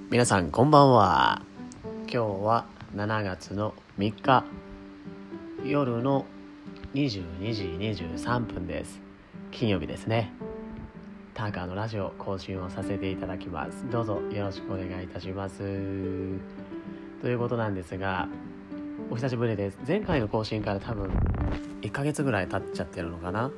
皆さんこんばんは。今日は7月の3日夜の22時23分です。金曜日ですね。ターカーのラジオ更新をさせていただきます。どうぞよろしくお願いいたします。ということなんですが、お久しぶりです。前回の更新から多分1ヶ月ぐらい経っちゃってるのかな。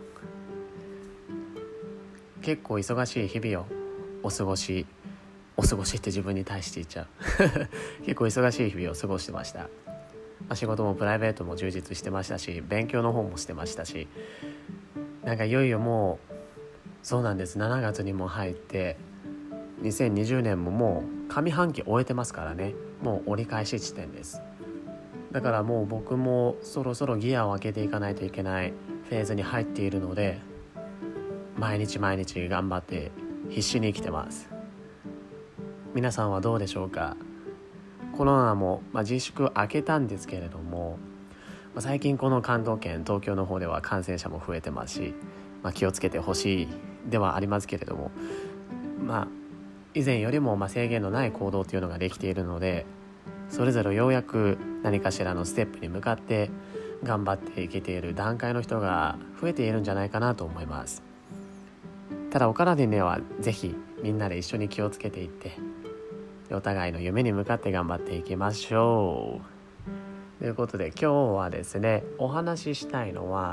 結構忙しい日々をお過ごしって自分に対して言っちゃう結構忙しい日々を過ごしてました。仕事もプライベートも充実してましたし、勉強の方もしてましたし、なんかいよいよもうそうなんです。7月にも入って2020年ももう上半期終えてますからね。もう折り返し地点です。だからもう僕もそろそろギアを上げていかないといけないフェーズに入っているので、毎日頑張って必死に生きてます。皆さんはどうでしょうか。コロナも、自粛明けたんですけれども、最近この関東圏東京の方では感染者も増えてますし、気をつけてほしいではありますけれども、以前よりも制限のない行動というのができているので、それぞれようやく何かしらのステップに向かって頑張っていけている段階の人が増えているんじゃないかなと思います。ただお体にはぜひみんなで一緒に気をつけていって、お互いの夢に向かって頑張っていきましょう。ということで今日はですね、お話ししたいのは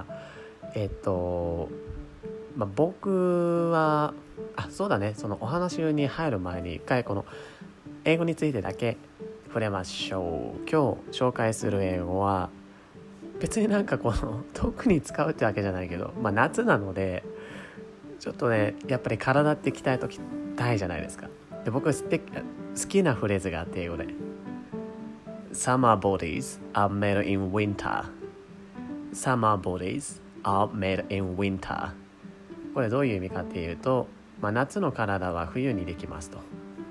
僕はそうだね、そのお話に入る前に一回この英語についてだけ触れましょう。今日紹介する英語は別にこの特に使うってわけじゃないけど、夏なのでちょっとね、やっぱり体って鍛えときたいじゃないですか。で、僕好きなフレーズがあって、英語で Summer bodies are made in winter. Summer bodies are made in winter. これどういう意味かっていうと、夏の体は冬にできますと、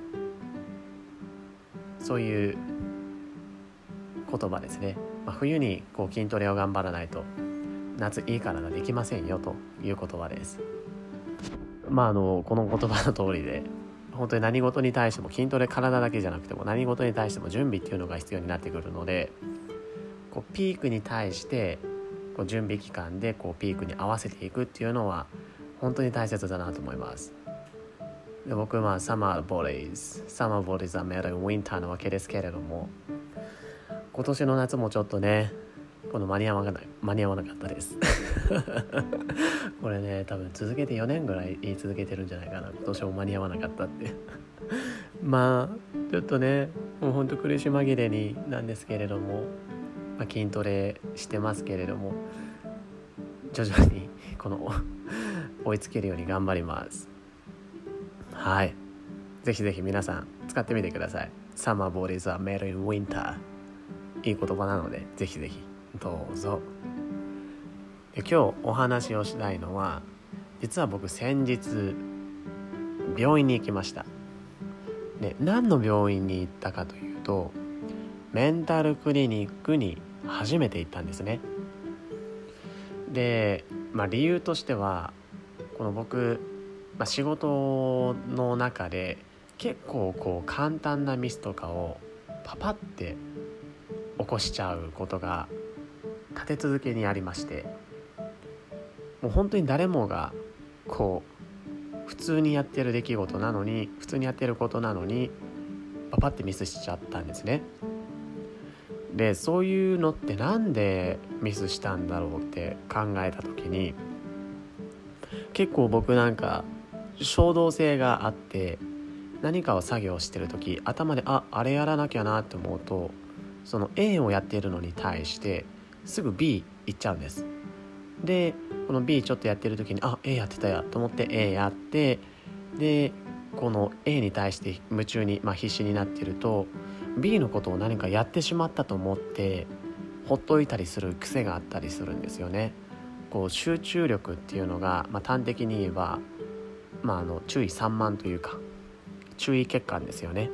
そういう言葉ですね。冬に筋トレを頑張らないと夏いい体できませんよという言葉です。この言葉の通りで、本当に何事に対しても筋トレ、体だけじゃなくても何事に対しても準備っていうのが必要になってくるので、ピークに対して準備期間でピークに合わせていくっていうのは本当に大切だなと思います。で、僕はSummer bodies are made in winter なわけですけれども、今年の夏もちょっとね、間に合わなかったですこれね、多分続けて4年ぐらい言い続けてるんじゃないかな。今年も間に合わなかったってちょっとね、もうほんと苦し紛れになんですけれども、筋トレしてますけれども、徐々に追いつけるように頑張ります。はい、ぜひぜひ皆さん使ってみてください。 Summer bodies are made in winter、 いい言葉なのでぜひぜひどうぞ。今日お話をしたいのは、実は僕先日病院に行きました。で、何の病院に行ったかというと、メンタルクリニックに初めて行ったんですね。で、理由としては、僕、仕事の中で結構簡単なミスとかをパパって起こしちゃうことが立て続けにありまして、もう本当に誰もが普通にやってることなのにパパってミスしちゃったんですね。で、そういうのってなんでミスしたんだろうって考えた時に、結構僕衝動性があって、何かを作業してる時、頭であれやらなきゃなって思うと、その A をやっているのに対してすぐ B 行っちゃうんです。で、この B ちょっとやってる時にA やってたやと思って A やって、でこの A に対して夢中に、必死になってると B のことを何かやってしまったと思ってほっといたりする癖があったりするんですよね。集中力っていうのが、端的に言えば、注意散漫というか注意欠陥ですよね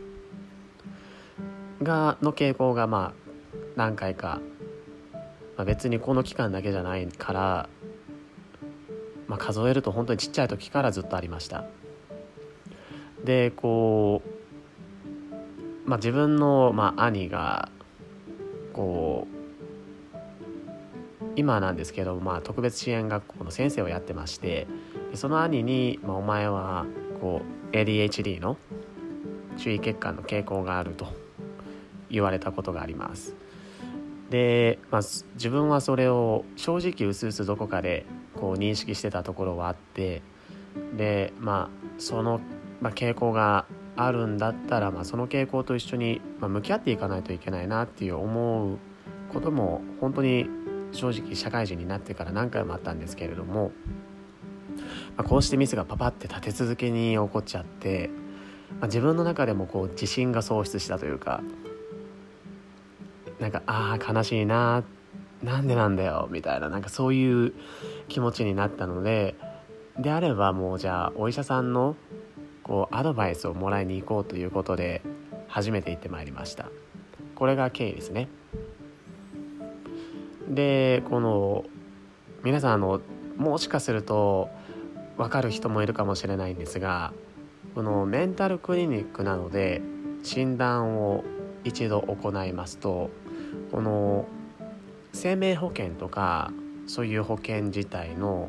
の傾向が何回か、別にこの期間だけじゃないから、数えると本当にちっちゃい時からずっとありました。で、 自分の、兄がこう今なんですけど、特別支援学校の先生をやってまして、でその兄に、お前はこう ADHD の注意欠陥の傾向があると言われたことがあります。で、自分はそれを正直うすうすどこかでこう認識してたところはあって、でその、傾向があるんだったら、その傾向と一緒に、向き合っていかないといけないなっていう思うことも本当に正直社会人になってから何回もあったんですけれども、こうしてミスがパパって立て続けに起こっちゃって、自分の中でもこう自信が喪失したというか、悲しいな、なんでなんだよみたいな、そういう気持ちになったので、であればもうじゃあお医者さんのこうアドバイスをもらいに行こうということで初めて行ってまいりました。これが経緯ですね。でこの皆さんもしかすると分かる人もいるかもしれないんですが、このメンタルクリニックなどで診断を一度行いますと、この生命保険とかそういう保険自体の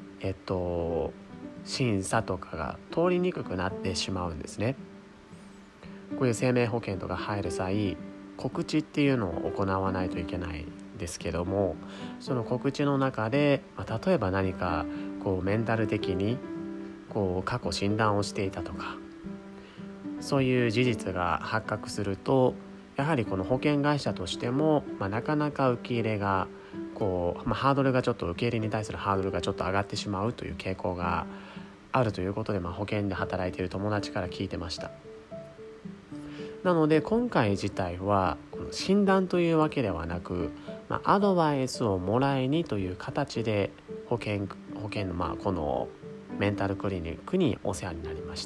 審査とかが通りにくくなってしまうんですね。こういう生命保険とか入る際、告知っていうのを行わないといけないんですけども、その告知の中で、例えば何かこうメンタル的にこう過去診断をしていたとか、そういう事実が発覚すると、やはりこの保険会社としても、なかなか受け入れがこう、ハードルがちょっと受け入れに対するハードルがちょっと上がってしまうという傾向があるということで、保険で働いている友達から聞いてました。なので今回自体はこの診断というわけではなく、アドバイスをもらいにという形で保険のこのメンタルクリニックにお世話になりました。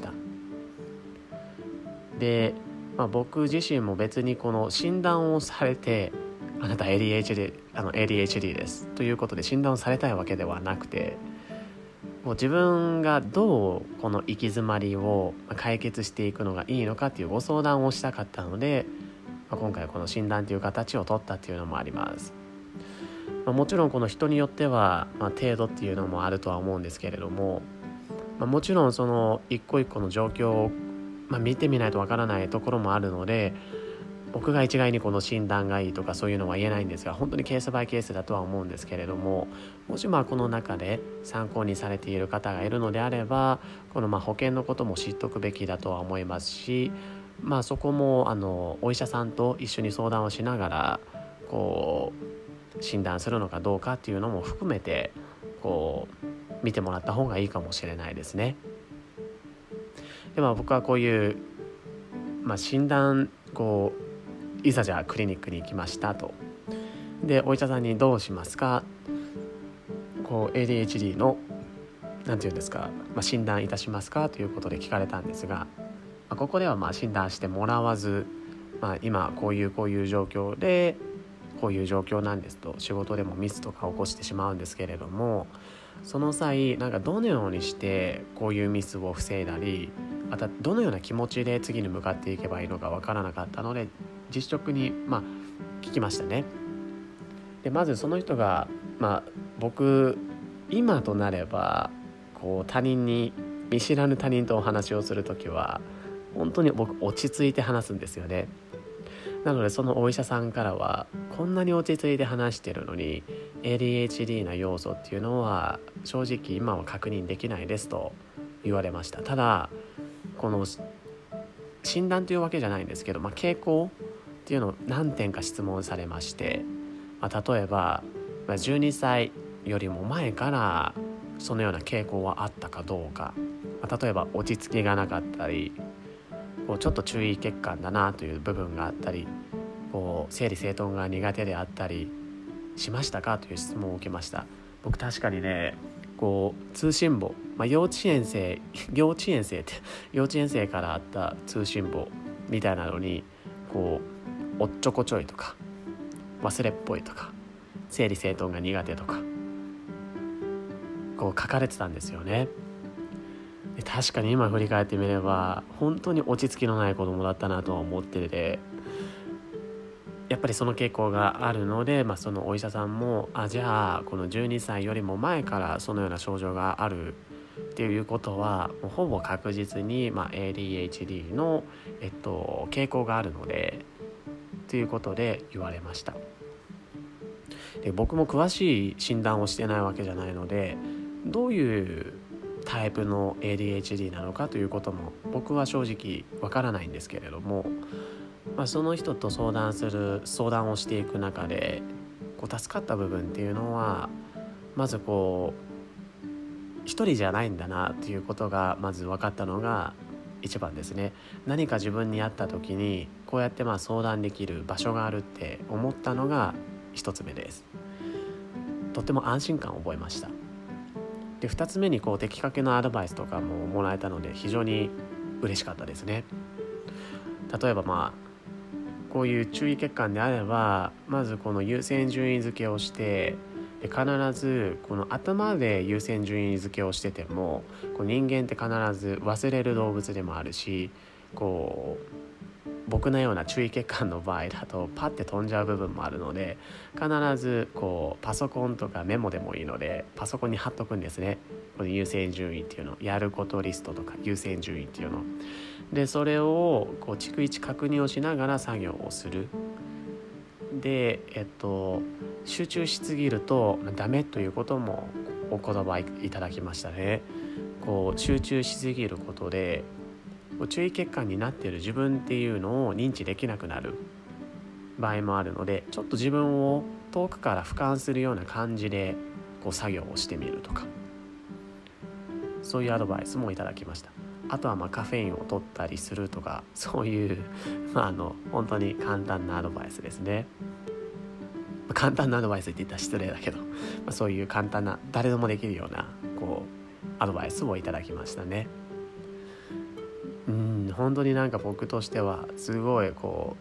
で、僕自身も別にこの診断をされて、あなた ADHD ですということで診断をされたいわけではなくて、もう自分がどうこの行き詰まりを解決していくのがいいのかっていうご相談をしたかったので、今回この診断という形を取ったっていうのもあります。もちろんこの人によっては、程度っていうのもあるとは思うんですけれども、もちろんその一個一個の状況を、見てみないとわからないところもあるので、僕が一概にこの診断がいいとかそういうのは言えないんですが、本当にケースバイケースだとは思うんですけれども、もしこの中で参考にされている方がいるのであれば、この保険のことも知っておくべきだとは思いますし、そこもお医者さんと一緒に相談をしながらこう診断するのかどうかっていうのも含めてこう見てもらった方がいいかもしれないですね。で僕はこういう、診断いざじゃあクリニックに行きましたと。でお医者さんにどうしますか、ADHD のなんていうんですか、診断いたしますかということで聞かれたんですが、ここでは診断してもらわず、今こういう状況でこういう状況なんですと、仕事でもミスとか起こしてしまうんですけれども、その際どのようにしてこういうミスを防いだり、またどのような気持ちで次に向かっていけばいいのか分からなかったので、実直に聞きましたね。でまずその人が、僕今となれば他人に見知らぬ他人とお話をするときは本当に僕落ち着いて話すんですよね。なのでそのお医者さんからは、こんなに落ち着いて話してるのに ADHD な要素っていうのは正直今は確認できないですと言われました。ただこの診断というわけじゃないんですけど、傾向っていうのを何点か質問されまして、例えば12歳よりも前からそのような傾向はあったかどうか、例えば落ち着きがなかったり、ちょっと注意欠陥だなという部分があったり、整理整頓が苦手であったりしましたかという質問を受けました。僕確かにね、通信簿、幼稚園生からあった通信簿みたいなのにおっちょこちょいとか忘れっぽいとか整理整頓が苦手とか書かれてたんですよね。 で確かに今振り返ってみれば本当に落ち着きのない子供だったなとは思ってて、やっぱりその傾向があるので、そのお医者さんもじゃあこの12歳よりも前からそのような症状があるっていうことはもうほぼ確実に、ADHD の、傾向があるのでということで言われました。で僕も詳しい診断をしてないわけじゃないので、どういうタイプの ADHD なのかということも僕は正直わからないんですけれども、その人と相談をしていく中で助かった部分っていうのは、まず一人じゃないんだなっていうことがまず分かったのが一番ですね。何か自分にあった時にこうやって相談できる場所があるって思ったのが一つ目です。とっても安心感を覚えました。で二つ目に的確なアドバイスとかももらえたので非常に嬉しかったですね。例えばこういう注意欠陥であれば、まずこの優先順位付けをして、で必ずこの頭で優先順位付けをしてても人間って必ず忘れる動物でもあるし、僕のような注意欠陥の場合だとパッて飛んじゃう部分もあるので、必ずパソコンとかメモでもいいのでパソコンに貼っとくんですね。この優先順位っていうの、やることリストとか優先順位っていうので、それを逐一確認をしながら作業をする。で、集中しすぎるとダメということもお言葉いただきましたね。集中しすぎることで注意欠陥になっている自分っていうのを認知できなくなる場合もあるので、ちょっと自分を遠くから俯瞰するような感じで作業をしてみるとか、そういうアドバイスもいただきました。あとはカフェインを取ったりするとか、そういう本当に簡単なアドバイスですね。簡単なアドバイスって言ったら失礼だけど、そういう簡単な誰でもできるようなアドバイスをいただきましたね。本当に僕としてはすごい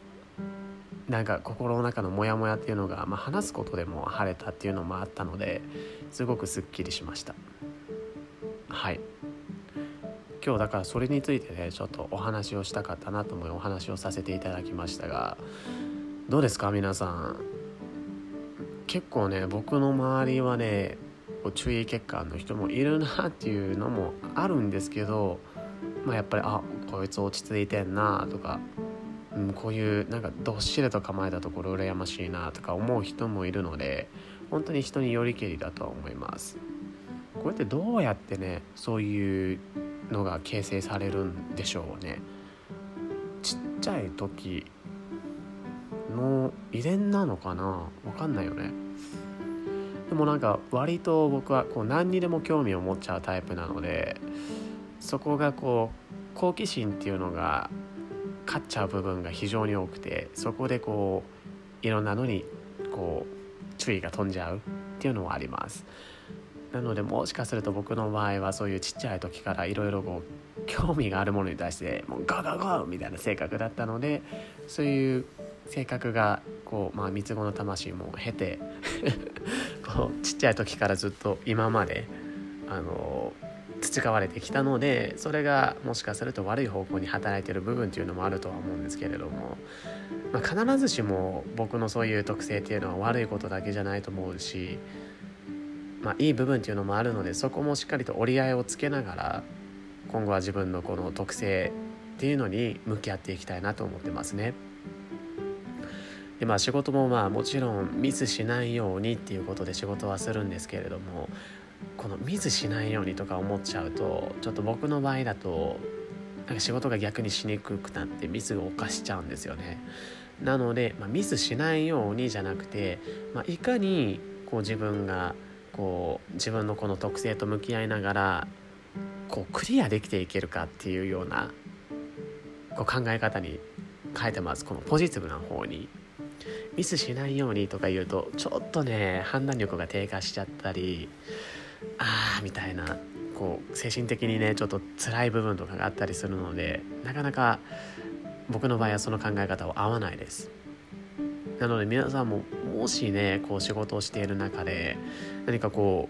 心の中のモヤモヤっていうのが、話すことでも晴れたっていうのもあったので、すごくすっきりしました。はい、今日だからそれについてねちょっとお話をしたかったなと思いお話をさせていただきましたが、どうですか皆さん。結構ね僕の周りはね注意欠陥の人もいるなっていうのもあるんですけど、やっぱりこいつ落ち着いてんなとか、こういうどっしりと構えたところ羨ましいなとか思う人もいるので、本当に人によりけりだとは思います。こうやってどうやってねそういうのが形成されるんでしょうね。ちっちゃい時の遺伝なのかな、わかんないよね。でも割と僕は何にでも興味を持っちゃうタイプなので、そこが好奇心っていうのが勝っちゃう部分が非常に多くて、そこでいろんなのに注意が飛んじゃうっていうのはあります。なのでもしかすると僕の場合はそういうちっちゃい時からいろいろ興味があるものに対してもうゴーゴーゴーみたいな性格だったので、そういう性格が三つ子の魂も経てちっちゃい時からずっと今まで培われてきたので、それがもしかすると悪い方向に働いている部分っていうのもあるとは思うんですけれども、必ずしも僕のそういう特性っていうのは悪いことだけじゃないと思うし、いい部分っていうのもあるので、そこもしっかりと折り合いをつけながら今後は自分のこの特性っていうのに向き合っていきたいなと思ってますね。で仕事ももちろんミスしないようにっていうことで仕事はするんですけれども、このミスしないようにとか思っちゃうとちょっと僕の場合だと仕事が逆にしにくくなってミスを犯しちゃうんですよね。なので、ミスしないようにじゃなくて、いかに自分が自分のこの特性と向き合いながらクリアできていけるかっていうような考え方に変えてます。このポジティブな方に。ミスしないようにとか言うとちょっとね判断力が低下しちゃったりみたいな精神的にねちょっと辛い部分とかがあったりするので、なかなか僕の場合はその考え方は合わないです。なので皆さんももしね仕事をしている中で何か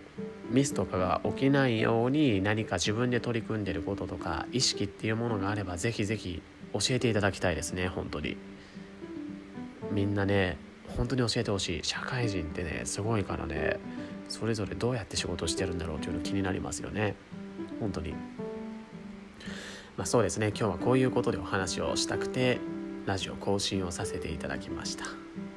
ミスとかが起きないように何か自分で取り組んでることとか意識っていうものがあればぜひぜひ教えていただきたいですね。本当にみんなね本当に教えてほしい。社会人ってねすごいからね、それぞれどうやって仕事をしてるんだろうというの気になりますよね本当に。そうですね、今日はこういうことでお話をしたくてラジオ更新をさせていただきました。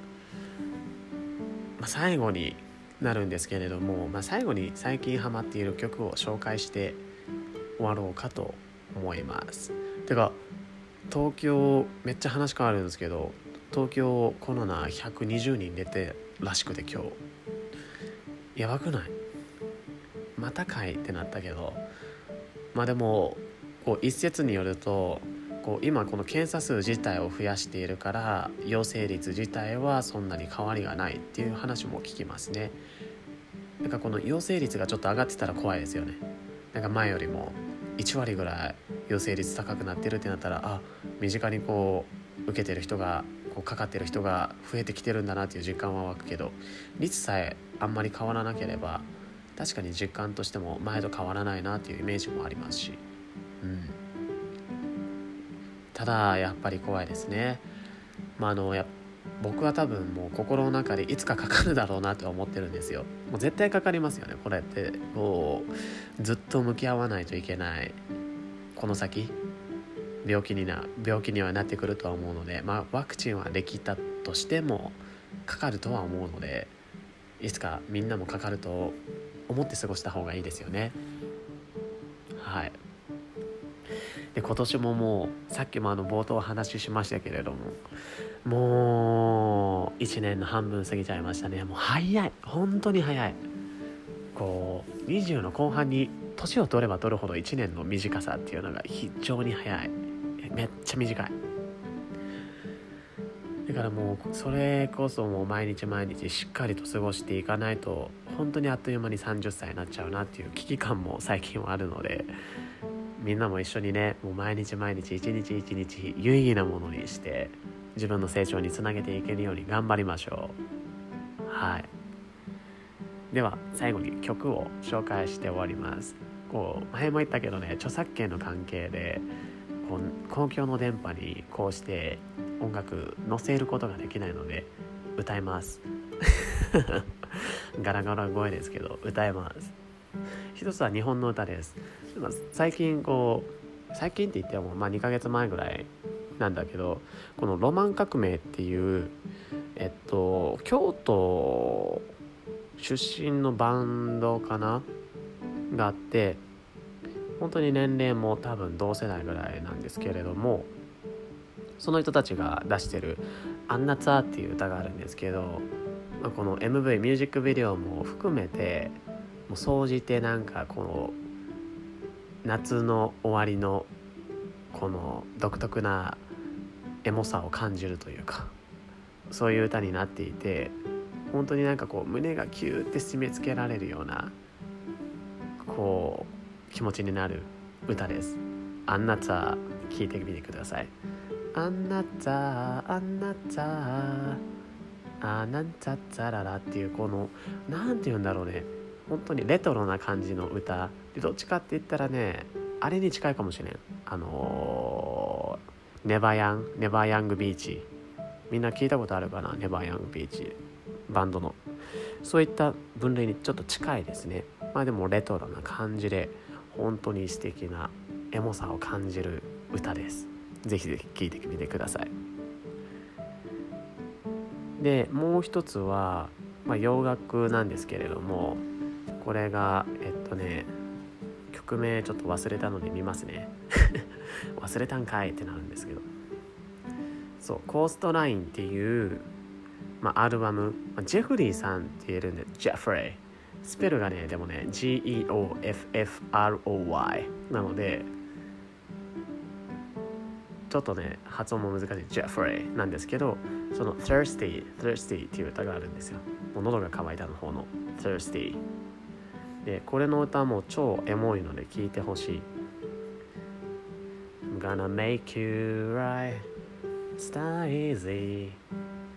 最後になるんですけれども、最後に最近ハマっている曲を紹介して終わろうかと思います。てか東京めっちゃ話変わるんですけど、東京コロナ120人出てらしくて今日やばくない？またかいってなったけど、でもこう一説によると今この検査数自体を増やしているから陽性率自体はそんなに変わりがないっていう話も聞きますね。なんかこの陽性率がちょっと上がってたら怖いですよね。なんか前よりも1割ぐらい陽性率高くなってるってなったら、身近に受けてる人がかかってる人が増えてきてるんだなっていう実感は湧くけど、率さえあんまり変わらなければ確かに実感としても前と変わらないなっていうイメージもありますし、ただやっぱり怖いですね。僕は多分もう心の中でいつかかかるだろうなと思ってるんですよ。もう絶対かかりますよね。これってずっと向き合わないといけない、この先病気にはなってくるとは思うので、ワクチンはできたとしてもかかるとは思うので、いつかみんなもかかると思って過ごした方がいいですよね。はい。で今年ももうさっきも冒頭お話ししましたけれども、もう1年の半分過ぎちゃいましたね。もう早い、本当に早い。20の後半に年を取れば取るほど1年の短さっていうのが非常に早い。めっちゃ短い。だからもうそれこそもう毎日毎日しっかりと過ごしていかないと本当にあっという間に30歳になっちゃうなっていう危機感も最近はあるので、みんなも一緒にね、もう毎日毎日一日一日有意義なものにして自分の成長につなげていけるように頑張りましょう。はい。では最後に曲を紹介して終わります。前も言ったけどね、著作権の関係で公共の電波にこうして音楽載せることができないので歌いますガラガラ声ですけど歌います。一つは日本の歌です。最近って言っても2ヶ月前ぐらいなんだけど、このロマン革命っていう京都出身のバンドかながあって、本当に年齢も多分同世代ぐらいなんですけれども、その人たちが出してるアンナツァーっていう歌があるんですけど、この MV ミュージックビデオも含めてもう総じてなんかこの夏の終わりのこの独特なエモさを感じるというか、そういう歌になっていて、本当になんか胸がキューって締め付けられるような気持ちになる歌です。アンナツァー聞いてみてください。アンナツァーアンナツァーアナンツァッツァララっていうなんて言うんだろうね、本当にレトロな感じの歌で、どっちかって言ったらねあれに近いかもしれん。ネバーヤングビーチ、みんな聞いたことあるかな。ネバーヤングビーチバンドのそういった分類にちょっと近いですね。でもレトロな感じで本当に素敵なエモさを感じる歌です。ぜひぜひ聴いてみてください。でもう一つは、洋楽なんですけれども、これが曲名ちょっと忘れたので見ますね忘れたんかいってなるんですけど、コーストラインっていうアルバム、ジェフリーさんって言えるんでジェフレイ、スペルがねでもね GEOFFROY なのでちょっとね発音も難しいジェフレイなんですけど、その Thirsty っていう歌があるんですよ。もう喉が渇いたの方の Thirsty で、これの歌も超エモいので聴いてほしい。 I'm gonna make you right start easy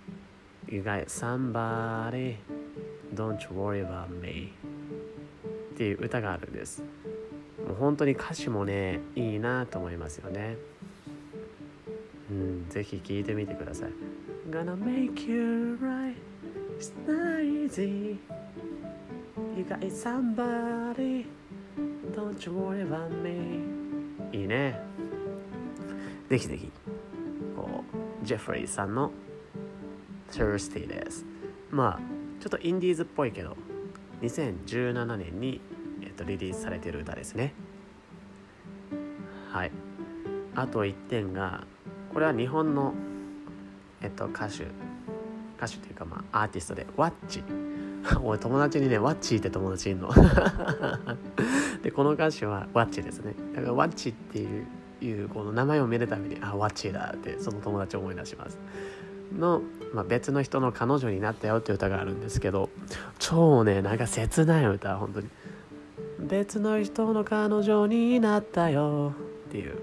You got somebody Don't you worry about me っていう歌があるんです。もう本当に歌詞もねいいなと思いますよね。ぜひ聴いてみてください。 Gonna make you right, it's not easy, you got somebody, don't you worry about me。 いいね。ぜひぜひこうジェフリーさんの Thirsty です。まあちょっとインディーズっぽいけど2017年に、リリースされている歌ですね。はい。あと1点がこれは日本の、歌手というかアーティストでワッチ俺友達にねワッチーって友達いんのでこの歌手はワッチですね。だからワッチっていうこの名前を見るためにワッチーだってその友達を思い出しますの、別の人の彼女になったよっていう歌があるんですけど、超ねなんか切ない歌、本当に別の人の彼女になったよっていう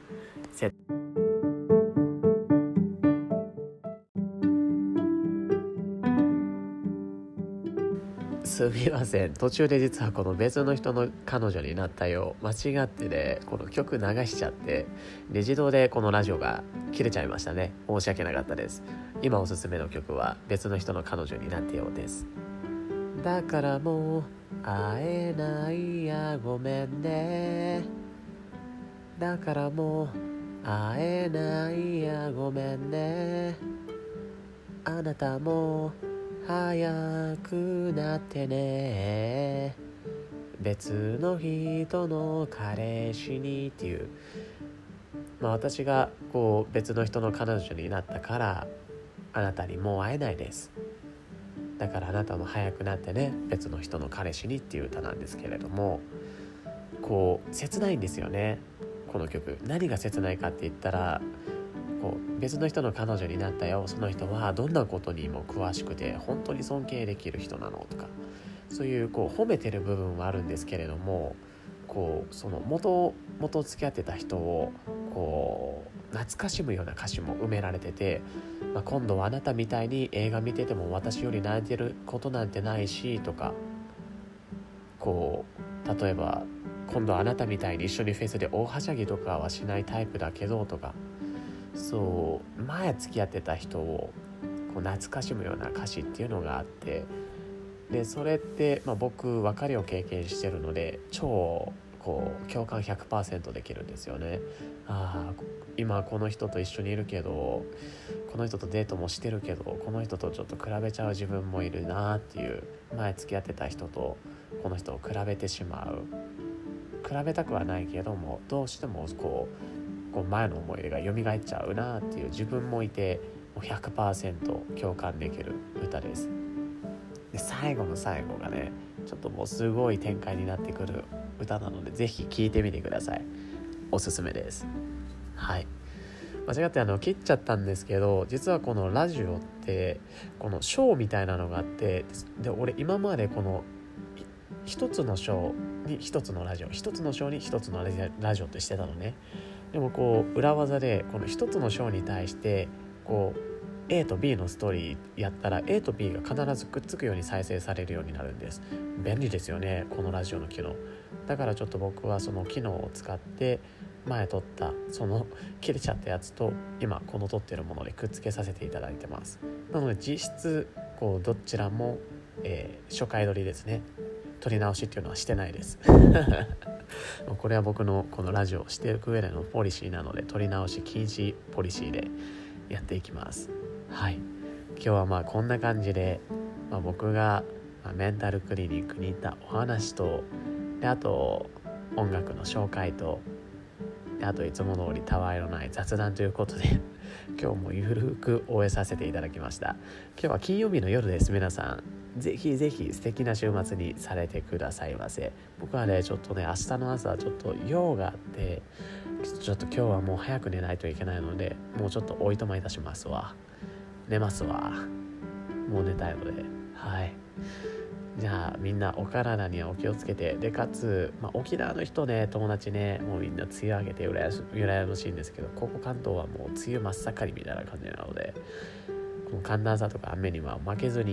すみません、途中で実はこの別の人の彼女になったよ間違ってねこの曲流しちゃって自動でこのラジオが切れちゃいましたね。申し訳なかったです。今おすすめの曲は別の人の彼女になってよです。だからもう会えないやごめんね、だからもう会えないやごめんね、あなたも早くなってね、別の人の彼氏にっていう、私がこう別の人の彼女になったからあなたにもう会えないです、だからあなたも早くなってね別の人の彼氏にっていう歌なんですけれども、こう切ないんですよねこの曲。何が切ないかって言ったらこう別の人の彼女になったよ、その人はどんなことにも詳しくて本当に尊敬できる人なのとか、そういうこう褒めてる部分はあるんですけれども、こうその元付き合ってた人をこう懐かしむような歌詞も埋められてて、今度はあなたみたいに映画見てても私より泣いてることなんてないしとか、こう例えば今度はあなたみたいに一緒にフェスで大はしゃぎとかはしないタイプだけどとか、そう前付き合ってた人をこう懐かしむような歌詞っていうのがあって、でそれって、僕別れを経験してるので超こう共感 100% できるんですよね。今この人と一緒にいるけど、この人とデートもしてるけど、この人とちょっと比べちゃう自分もいるなっていう、前付き合ってた人とこの人を比べてしまう、比べたくはないけどもどうしてもこう前の思い出が蘇っちゃうなっていう自分もいて、もう 100% 共感できる歌です。で最後の最後がねちょっともうすごい展開になってくる歌なのでぜひ聴いてみてください。おすすめです。はい。間違って切っちゃったんですけど、実はこのラジオってこの章みたいなのがあって、で俺今までこの一つの章に一つのラジオ、一つの章に一つのラジオってしてたのね。でもこう裏技でこの一つの章に対してこう A と B のストーリーやったら A と B が必ずくっつくように再生されるようになるんです。便利ですよねこのラジオの機能。だからちょっと僕はその機能を使って前撮ったその切れちゃったやつと今この撮ってるものでくっつけさせていただいてます。なので実質こうどちらも、初回撮りですね。撮り直しっていうのはしてないですこれは僕のこのラジオをしていく上でのポリシーなので、撮り直し禁止ポリシーでやっていきます。はい。今日はこんな感じで、僕がメンタルクリニックに行ったお話と、であと音楽の紹介と、であといつも通りたわいのない雑談ということで今日もゆるく終えさせていただきました。今日は金曜日の夜です。皆さんぜひぜひ素敵な週末にされてくださいませ。僕はねちょっとね明日の朝ちょっと用があって、ちょっと今日はもう早く寝ないといけないので、もうちょっとおいとまいたしますわ。寝ますわ。もう寝たいので、はい。じゃあみんなお体にはお気をつけて、でかつ、沖縄の人ね友達ねもうみんな梅雨明けて羨ましいんですけど、ここ関東はもう梅雨真っ盛りみたいな感じなので、この寒暖差とか雨には負けずに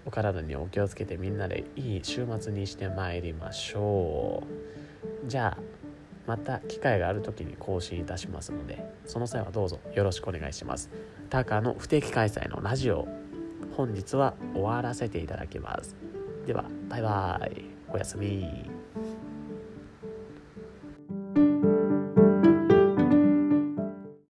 お体にお気をつけてみんなでいい週末にしてまいりましょう。じゃあまた機会がある時に更新いたしますので、その際はどうぞよろしくお願いします。タカの不定期開催のラジオ、本日は終わらせていただきます。ではバイバイ、おやすみ。